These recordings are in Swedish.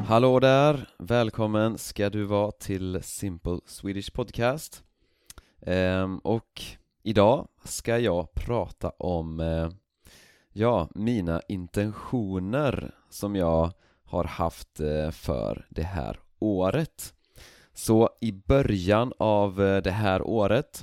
Hallå där, välkommen ska du vara till Simple Swedish Podcast. Och idag ska jag prata om mina intentioner som jag har haft för det här året. Så i början av det här året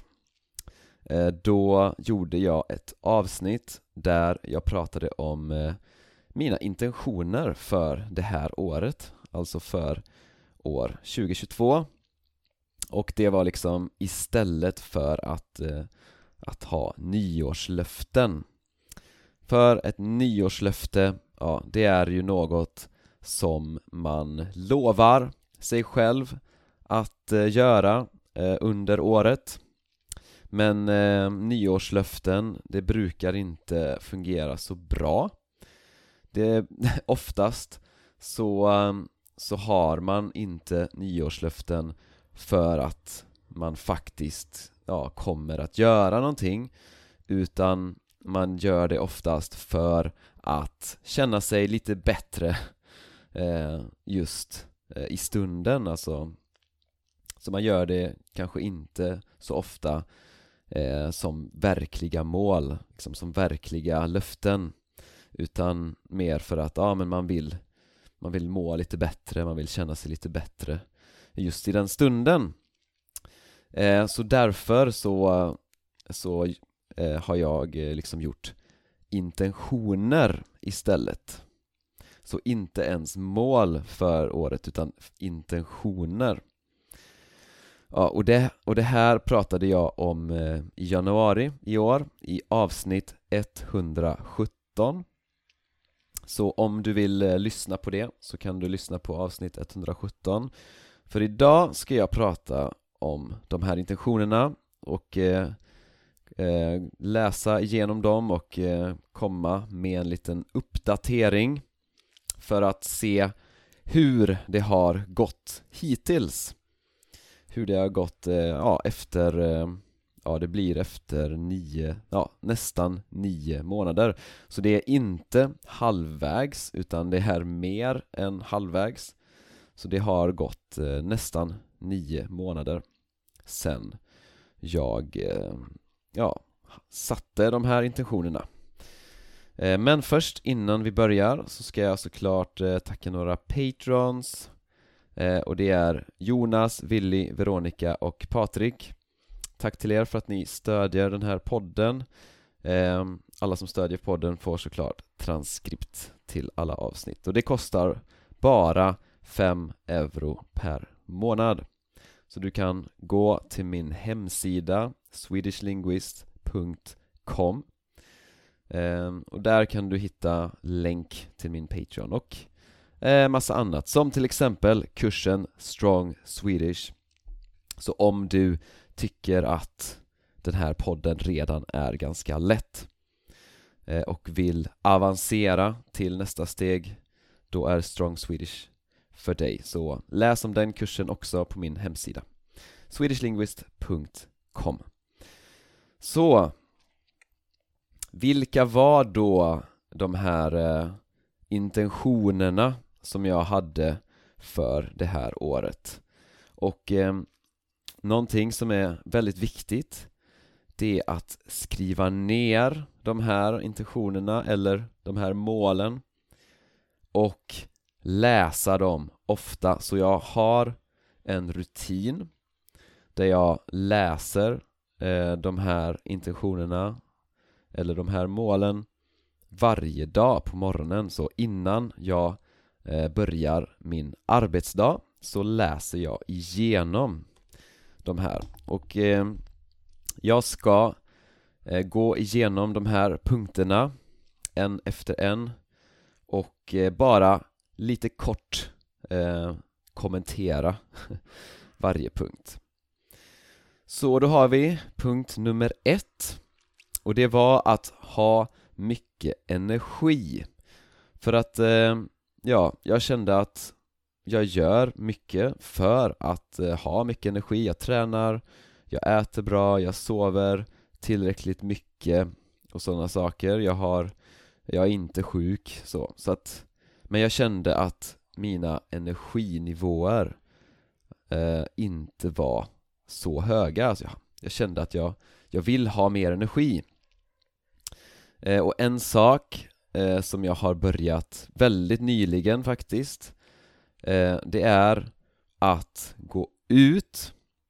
då gjorde jag ett avsnitt där jag pratade om mina intentioner för det här året, alltså för år 2022. Och det var liksom istället för att ha nyårslöften. För ett nyårslöfte, det är ju något som man lovar sig själv att göra under året. Men nyårslöften, det brukar inte fungera så bra. Oftast så har man inte nyårslöften för att man faktiskt kommer att göra någonting, utan man gör det oftast för att känna sig lite bättre just i stunden. Alltså, så man gör det kanske inte så ofta som verkliga mål, liksom som verkliga löften, utan mer för att men man vill må lite bättre, man vill känna sig lite bättre just i den stunden. Så därför så har jag liksom gjort intentioner istället. Så inte ens mål för året, utan intentioner. Och det här pratade jag om i januari i år i avsnitt 117. Så om du vill lyssna på det så kan du lyssna på avsnitt 117. För idag ska jag prata om de här intentionerna och läsa igenom dem och komma med en liten uppdatering för att se hur det har gått hittills. Hur det har gått efter det blir efter nästan 9 månader. Så det är inte halvvägs, utan det är mer än halvvägs. Så det har gått nästan 9 månader sen jag satte de här intentionerna. Men först, innan vi börjar, så ska jag såklart tacka några patrons. Och det är Jonas, Willy, Veronica och Patrik. Tack till er för att ni stödjer den här podden. Alla som stödjer podden får såklart transkript till alla avsnitt. Och det kostar bara 5 euro per månad. Så du kan gå till min hemsida swedishlinguist.com. Och där kan du hitta länk till min Patreon och massa annat, som till exempel kursen Strong Swedish. Så om du tycker att den här podden redan är ganska lätt och vill avancera till nästa steg, då är Strong Swedish för dig. Så läs om den kursen också på min hemsida swedishlinguist.com. Så vilka var då de här intentionerna som jag hade för det här året? Och någonting som är väldigt viktigt, det är att skriva ner de här intentionerna eller de här målen och läsa dem ofta. Så jag har en rutin där jag läser de här intentionerna eller de här målen varje dag på morgonen. Så innan jag börjar min arbetsdag så läser jag igenom de här. Och jag ska gå igenom de här punkterna en efter en och bara lite kort kommentera varje punkt. Så då har vi punkt nummer 1, och det var att ha mycket energi. För att jag kände att jag gör mycket för att ha mycket energi. Jag tränar, jag äter bra, jag sover tillräckligt mycket och sådana saker. Jag är inte sjuk så att, men jag kände att mina energinivåer inte var så höga. Alltså jag kände att jag vill ha mer energi. Och en sak som jag har börjat väldigt nyligen faktiskt, det är att gå ut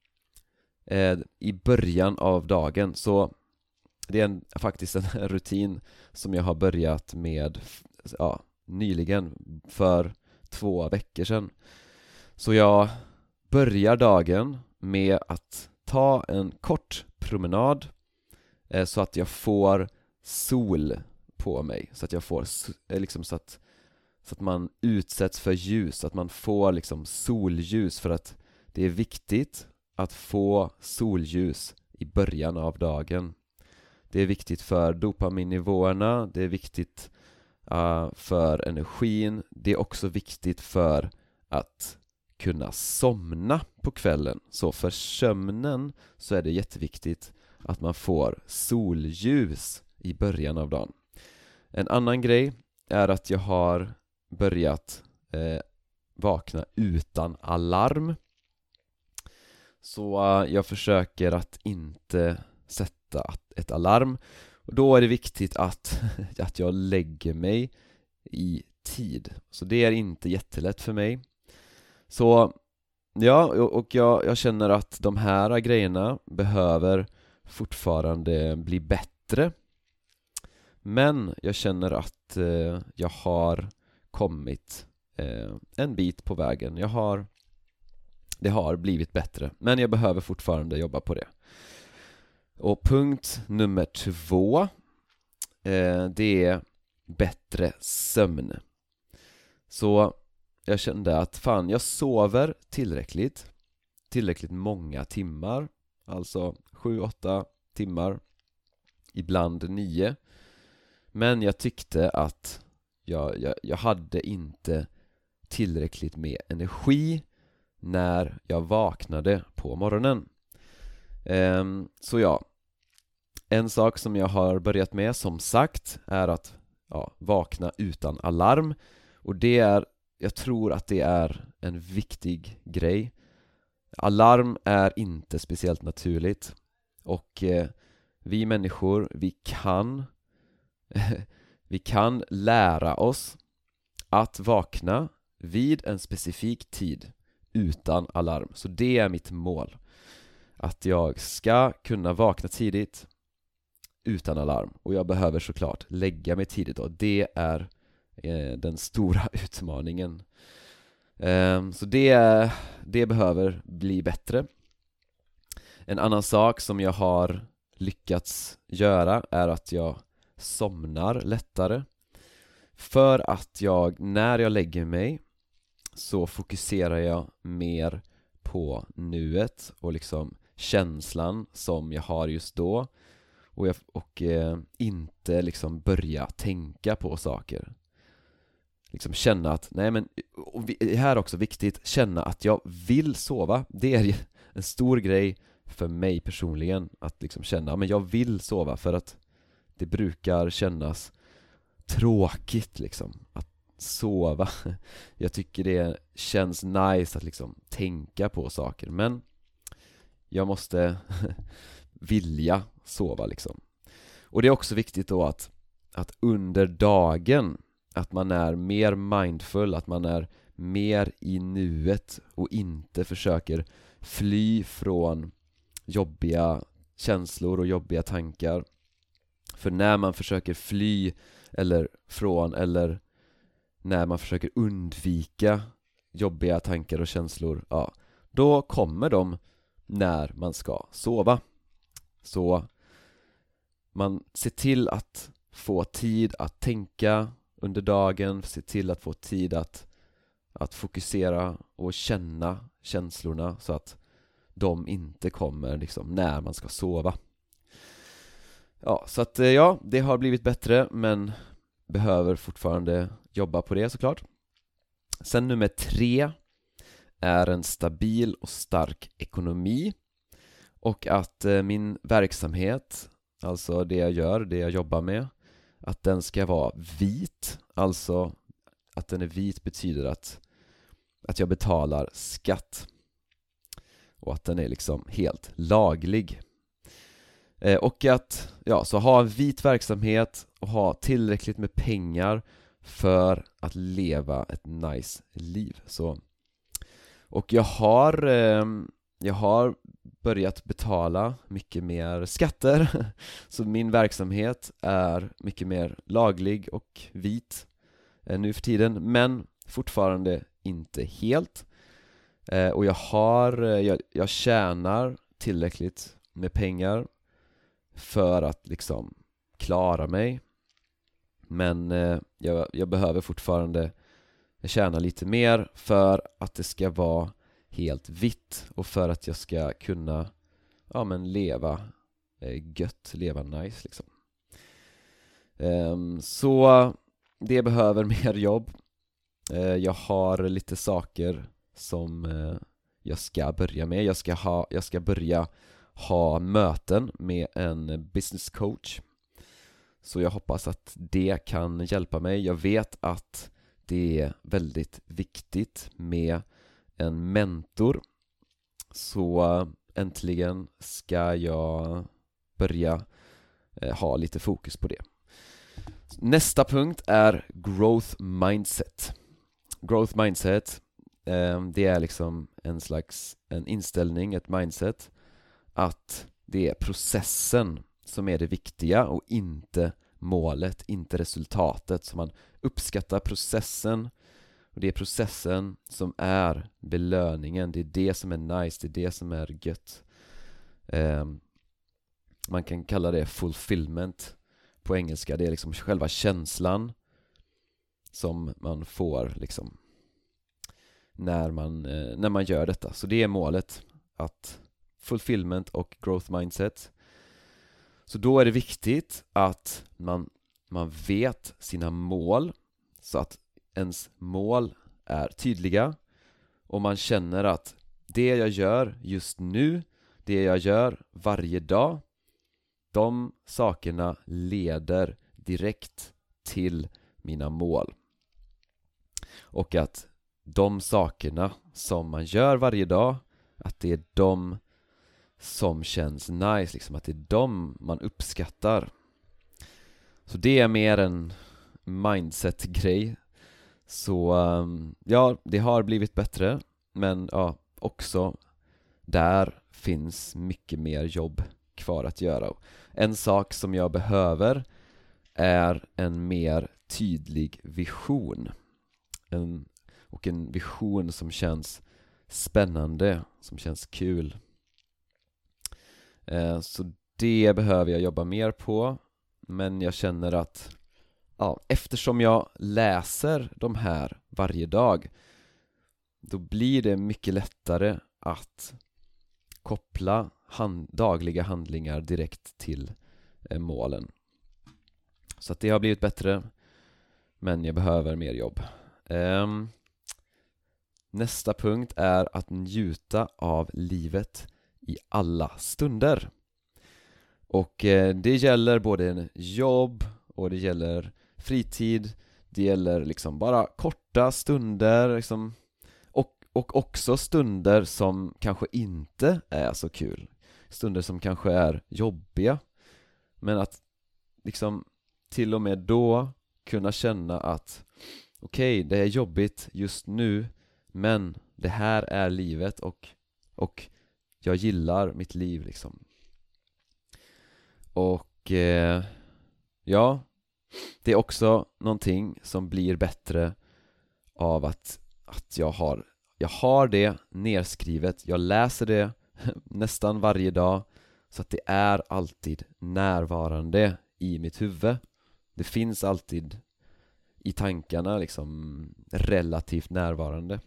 i början av dagen. Så det är faktiskt en rutin som jag har börjat med nyligen, för 2 veckor sedan. Så jag börjar dagen med att ta en kort promenad så att jag får sol på mig, så att jag får liksom så att man utsätts för ljus, så att man får liksom solljus, för att det är viktigt att få solljus i början av dagen. Det är viktigt för dopaminnivåerna, det är viktigt för energin, det är också viktigt för att kunna somna på kvällen. Så för sömnen så är det jätteviktigt att man får solljus i början av dagen. En annan grej är att jag har börjat vakna utan alarm. Så jag försöker att inte sätta ett alarm. Och då är det viktigt att jag lägger mig i tid. Så det är inte jättelätt för mig. Så ja, och jag känner att de här grejerna behöver fortfarande bli bättre. Men jag känner att jag har kommit en bit på vägen. Det har blivit bättre, men jag behöver fortfarande jobba på det. Och punkt nummer 2, det är bättre sömn. Så jag kände att jag sover tillräckligt många timmar. Alltså 7-8 timmar, ibland 9. Men jag tyckte att jag hade inte tillräckligt med energi när jag vaknade på morgonen. Så ja, en sak som jag har börjat med, som sagt, är att vakna utan alarm. Och jag tror att det är en viktig grej. Alarm är inte speciellt naturligt. Och vi människor, vi kan lära oss att vakna vid en specifik tid utan alarm. Så det är mitt mål, att jag ska kunna vakna tidigt utan alarm. Och jag behöver såklart lägga mig tidigt då. Det är den stora utmaningen. Så det behöver bli bättre. En annan sak som jag har lyckats göra är att jag somnar lättare. För att när jag lägger mig, så fokuserar jag mer på nuet och liksom känslan som jag har just då. Och inte liksom börja tänka på saker. Liksom känna att, och här är också viktigt, känna att jag vill sova. Det är en stor grej för mig personligen, att liksom känna, men jag vill sova, för att det brukar kännas tråkigt liksom att sova. Jag tycker det känns nice att liksom tänka på saker, men jag måste vilja sova liksom. Och det är också viktigt då att under dagen, att man är mer mindful, att man är mer i nuet och inte försöker fly från jobbiga känslor och jobbiga tankar. För när man försöker fly eller när man försöker undvika jobbiga tankar och känslor, då kommer de när man ska sova. Så man ser till att få tid att tänka under dagen, se till att få tid att fokusera och känna känslorna, så att de inte kommer liksom när man ska sova. Så att det har blivit bättre, men behöver fortfarande jobba på det såklart. Sen nummer 3 är en stabil och stark ekonomi. Och att min verksamhet, alltså det jag jobbar med, att den ska vara vit. Alltså att den är vit betyder att att jag betalar skatt och att den är liksom helt laglig. Och att så ha en vit verksamhet och ha tillräckligt med pengar för att leva ett nice liv. Och jag har börjat betala mycket mer skatter. Så min verksamhet är mycket mer laglig och vit nu för tiden, men fortfarande inte helt. Och jag tjänar tillräckligt med pengar för att liksom klara mig. Men jag behöver fortfarande tjäna lite mer för att det ska vara helt vitt och för att jag ska kunna leva gött, leva nice liksom. Så det behöver mer jobb. Jag har lite saker som jag ska börja med. Jag ska börja ha möten med en business coach. Så jag hoppas att det kan hjälpa mig. Jag vet att det är väldigt viktigt med en mentor. Så äntligen ska jag börja ha lite fokus på det. Nästa punkt är growth mindset. Growth mindset, det är liksom en inställning, ett mindset, att det är processen som är det viktiga och inte målet, inte resultatet. Så man uppskattar processen, och det är processen som är belöningen. Det är det som är nice, det är det som är gött. Man kan kalla det fulfillment på engelska. Det är liksom själva känslan som man får liksom när man gör detta. Så det är målet, att fulfillment och growth mindset. Så då är det viktigt att man vet sina mål, så att ens mål är tydliga och man känner att det jag gör just nu, det jag gör varje dag, de sakerna leder direkt till mina mål. Och att de sakerna som man gör varje dag, att det är de som känns nice, liksom, att det är de man uppskattar. Så det är mer en mindset-grej. Så det har blivit bättre, men också där finns mycket mer jobb kvar att göra. En sak som jag behöver är en mer tydlig vision. Och en vision som känns spännande, som känns kul. Så det behöver jag jobba mer på. Men jag känner att eftersom jag läser de här varje dag, då blir det mycket lättare att koppla dagliga handlingar direkt till målen. Så att det har blivit bättre, men jag behöver mer jobb. Nästa punkt är att njuta av livet i alla stunder. Och det gäller både jobb och det gäller fritid. Det gäller liksom bara korta stunder liksom, och också stunder som kanske inte är så kul. Stunder som kanske är jobbiga. Men att liksom till och med då kunna känna att okej, det är jobbigt just nu, men det här är livet och jag gillar mitt liv liksom. Och det är också någonting som blir bättre av att jag har det nerskrivet. Jag läser det nästan varje dag, så att det är alltid närvarande i mitt huvud. Det finns alltid i tankarna liksom, relativt närvarande.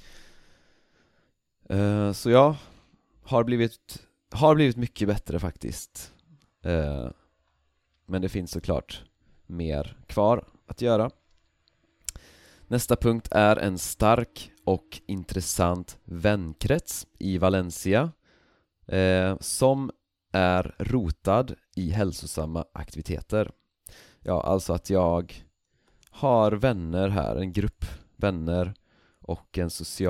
Så jag har blivit mycket bättre faktiskt. Men det finns såklart mer kvar att göra. Nästa punkt är en stark och intressant vänkrets i Valencia, som är rotad i hälsosamma aktiviteter. Ja, alltså att jag har vänner här, en grupp vänner, och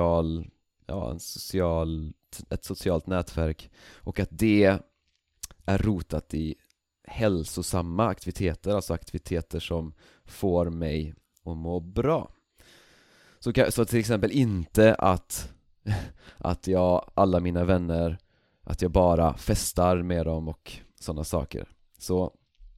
ett socialt nätverk, och att det är rotat i hälsosamma aktiviteter, alltså aktiviteter som får mig att må bra. Så till exempel inte att alla mina vänner, att jag bara festar med dem och sådana saker. Så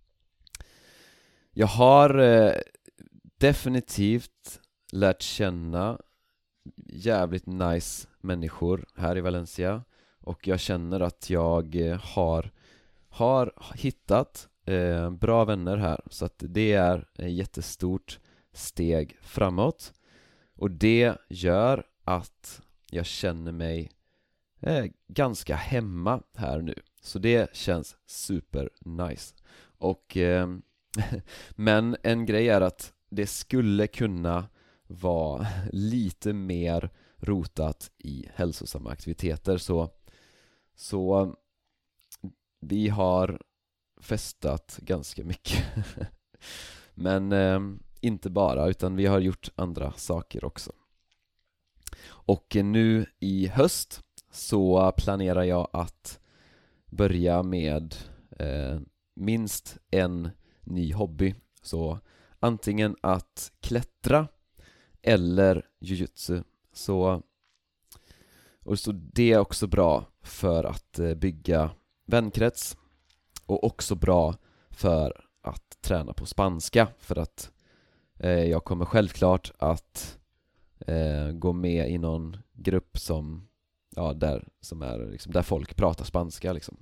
jag har definitivt lärt känna jävligt nice människor här i Valencia, och jag känner att jag har hittat bra vänner här, så att det är ett jättestort steg framåt, och det gör att jag känner mig ganska hemma här nu, så det känns super nice. Och men en grej är att det skulle kunna vara lite mer rotat i hälsosamma aktiviteter, så vi har festat ganska mycket men inte bara, utan vi har gjort andra saker också. Och nu i höst så planerar jag att börja med minst en ny hobby. Så antingen att klättra eller jujutsu. Så det är också bra för att bygga vänkrets, och också bra för att träna på spanska, för att jag kommer självklart att gå med i någon grupp som är liksom, där folk pratar spanska liksom.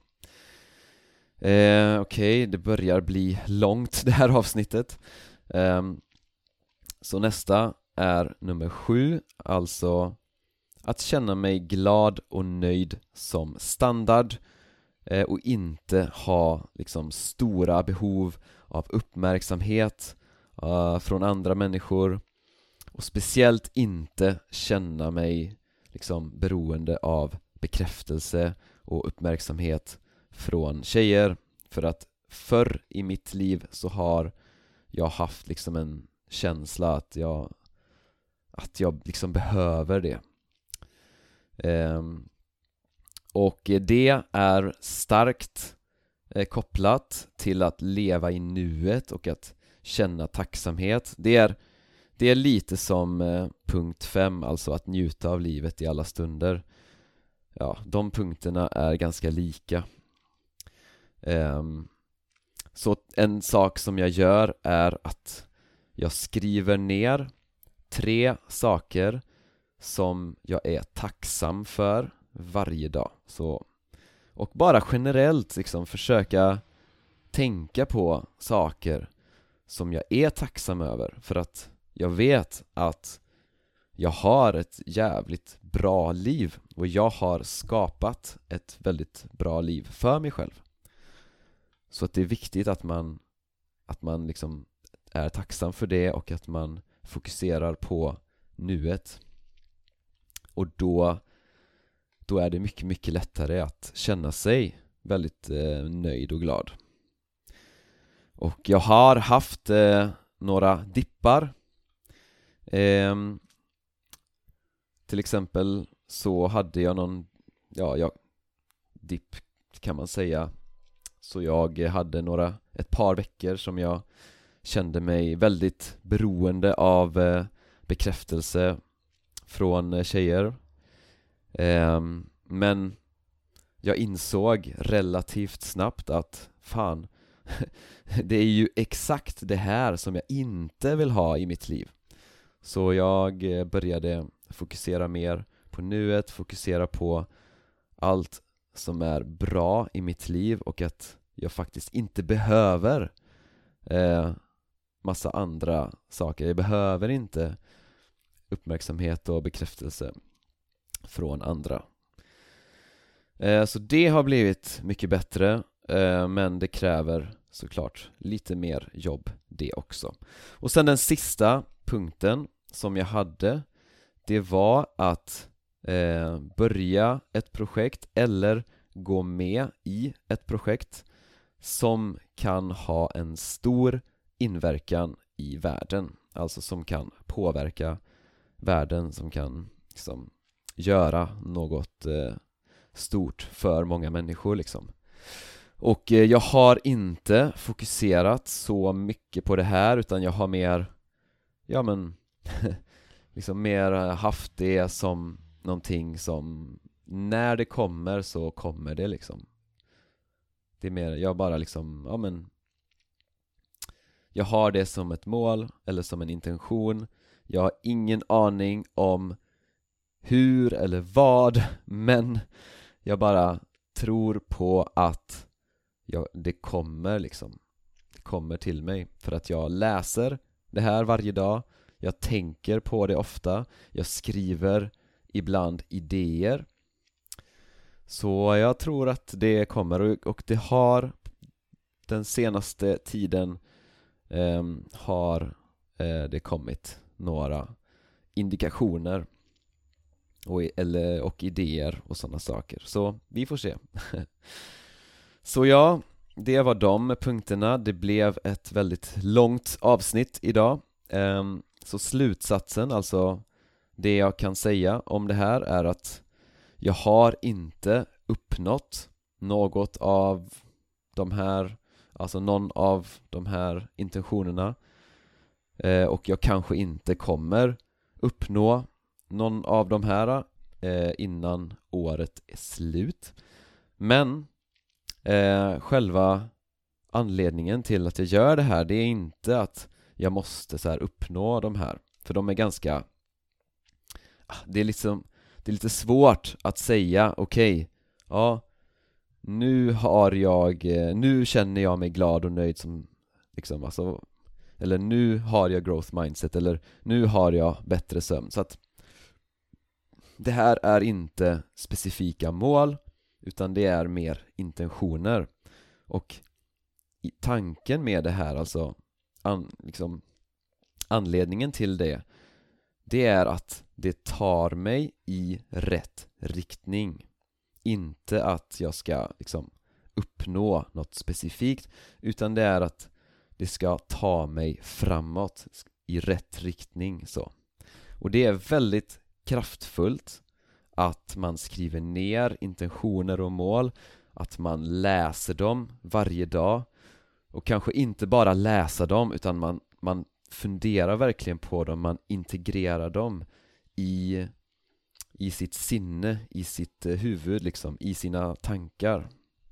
Okej, det börjar bli långt det här avsnittet. Så nästa är nummer 7, alltså att känna mig glad och nöjd som standard, och inte ha liksom stora behov av uppmärksamhet från andra människor, och speciellt inte känna mig liksom beroende av bekräftelse och uppmärksamhet från tjejer. För att förr i mitt liv så har jag haft liksom en känsla att jag liksom behöver det. Och det är starkt kopplat till att leva i nuet och att känna tacksamhet. Det är lite som punkt 5, alltså att njuta av livet i alla stunder. Ja, de punkterna är ganska lika. Så en sak som jag gör är att jag skriver ner 3 saker som jag är tacksam för varje dag. Och bara generellt liksom försöka tänka på saker som jag är tacksam över, för att jag vet att jag har ett jävligt bra liv, och jag har skapat ett väldigt bra liv för mig själv. Så att det är viktigt att man liksom är tacksam för det, och att man fokuserar på nuet. Och då är det mycket, mycket lättare att känna sig väldigt nöjd och glad. Och jag har haft några dippar. Till exempel så hade jag någon dipp kan man säga. Så jag hade ett par veckor som jag kände mig väldigt beroende av bekräftelse från tjejer. Men jag insåg relativt snabbt att fan, det är ju exakt det här som jag inte vill ha i mitt liv. Så jag började fokusera mer på nuet, fokusera på allt som är bra i mitt liv, och att jag faktiskt inte behöver massa andra saker. Jag behöver inte uppmärksamhet och bekräftelse från andra. Så det har blivit mycket bättre, men det kräver såklart lite mer jobb det också. Och sen den sista punkten som jag hade, det var att börja ett projekt eller gå med i ett projekt som kan ha en stor inverkan i världen, alltså som kan påverka världen som kan liksom göra något stort för många människor liksom. Och jag har inte fokuserat så mycket på det här, utan jag har mer liksom mer haft det som någonting som när det kommer så kommer det liksom. Det är mer, jag bara liksom, jag har det som ett mål eller som en intention. Jag har ingen aning om hur eller vad, men jag bara tror på att det kommer liksom. Det kommer till mig för att jag läser det här varje dag. Jag tänker på det ofta. Jag skriver ibland idéer. Så jag tror att det kommer, och det har den senaste tiden har det kommit några indikationer och idéer och sådana saker. Så vi får se. Så ja, det var de punkterna. Det blev ett väldigt långt avsnitt idag. Så slutsatsen, alltså det jag kan säga om det här, är att jag har inte uppnått något av de här, alltså någon av de här intentionerna, och jag kanske inte kommer uppnå någon av de här innan året är slut. Men själva anledningen till att jag gör det här, det är inte att jag måste så här uppnå de här, för de är ganska, det är lite svårt att säga okej, ja, nu känner jag mig glad och nöjd som liksom, alltså, eller nu har jag growth mindset, eller nu har jag bättre sömn. Så att det här är inte specifika mål, utan det är mer intentioner. Och tanken med det här, alltså anledningen till det är att det tar mig i rätt riktning. Inte att jag ska liksom uppnå något specifikt, utan det är att det ska ta mig framåt i rätt riktning så. Och det är väldigt kraftfullt att man skriver ner intentioner och mål, att man läser dem varje dag, och kanske inte bara läsa dem, utan man funderar verkligen på dem, man integrerar dem i sitt sinne, i sitt huvud liksom, i sina tankar.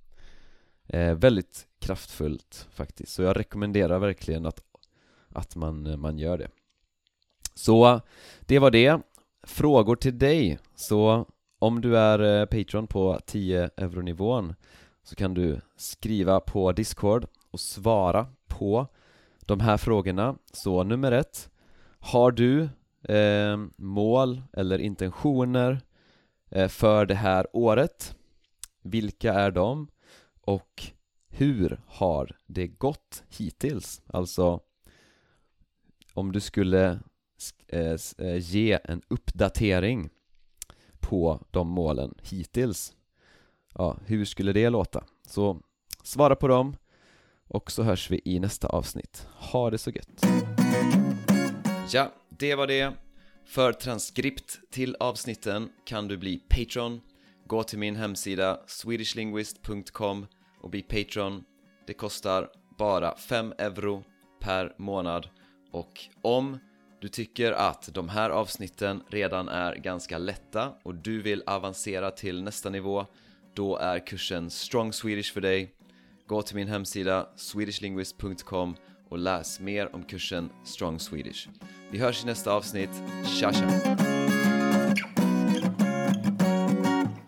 Väldigt kraftfullt faktiskt. Så jag rekommenderar verkligen att man gör det. Så det var det. Frågor till dig. Så om du är Patreon på 10 euronivån så kan du skriva på Discord och svara på de här frågorna. Så nummer 1. Har du mål eller intentioner för det här året? Vilka är de? Och hur har det gått hittills? Alltså, om du skulle ge en uppdatering på de målen hittills, ja, hur skulle det låta? Så svara på dem, och så hörs vi i nästa avsnitt. Ha det så gött. Ja, det var det. För transkript till avsnitten kan du bli Patreon. Gå till min hemsida swedishlinguist.com och bli Patreon. Det kostar bara 5 euro per månad. Och om du tycker att de här avsnitten redan är ganska lätta och du vill avancera till nästa nivå, då är kursen Strong Swedish för dig. Gå till min hemsida swedishlinguist.com och läs mer om kursen Strong Swedish. Vi hörs i nästa avsnitt. Tja tja!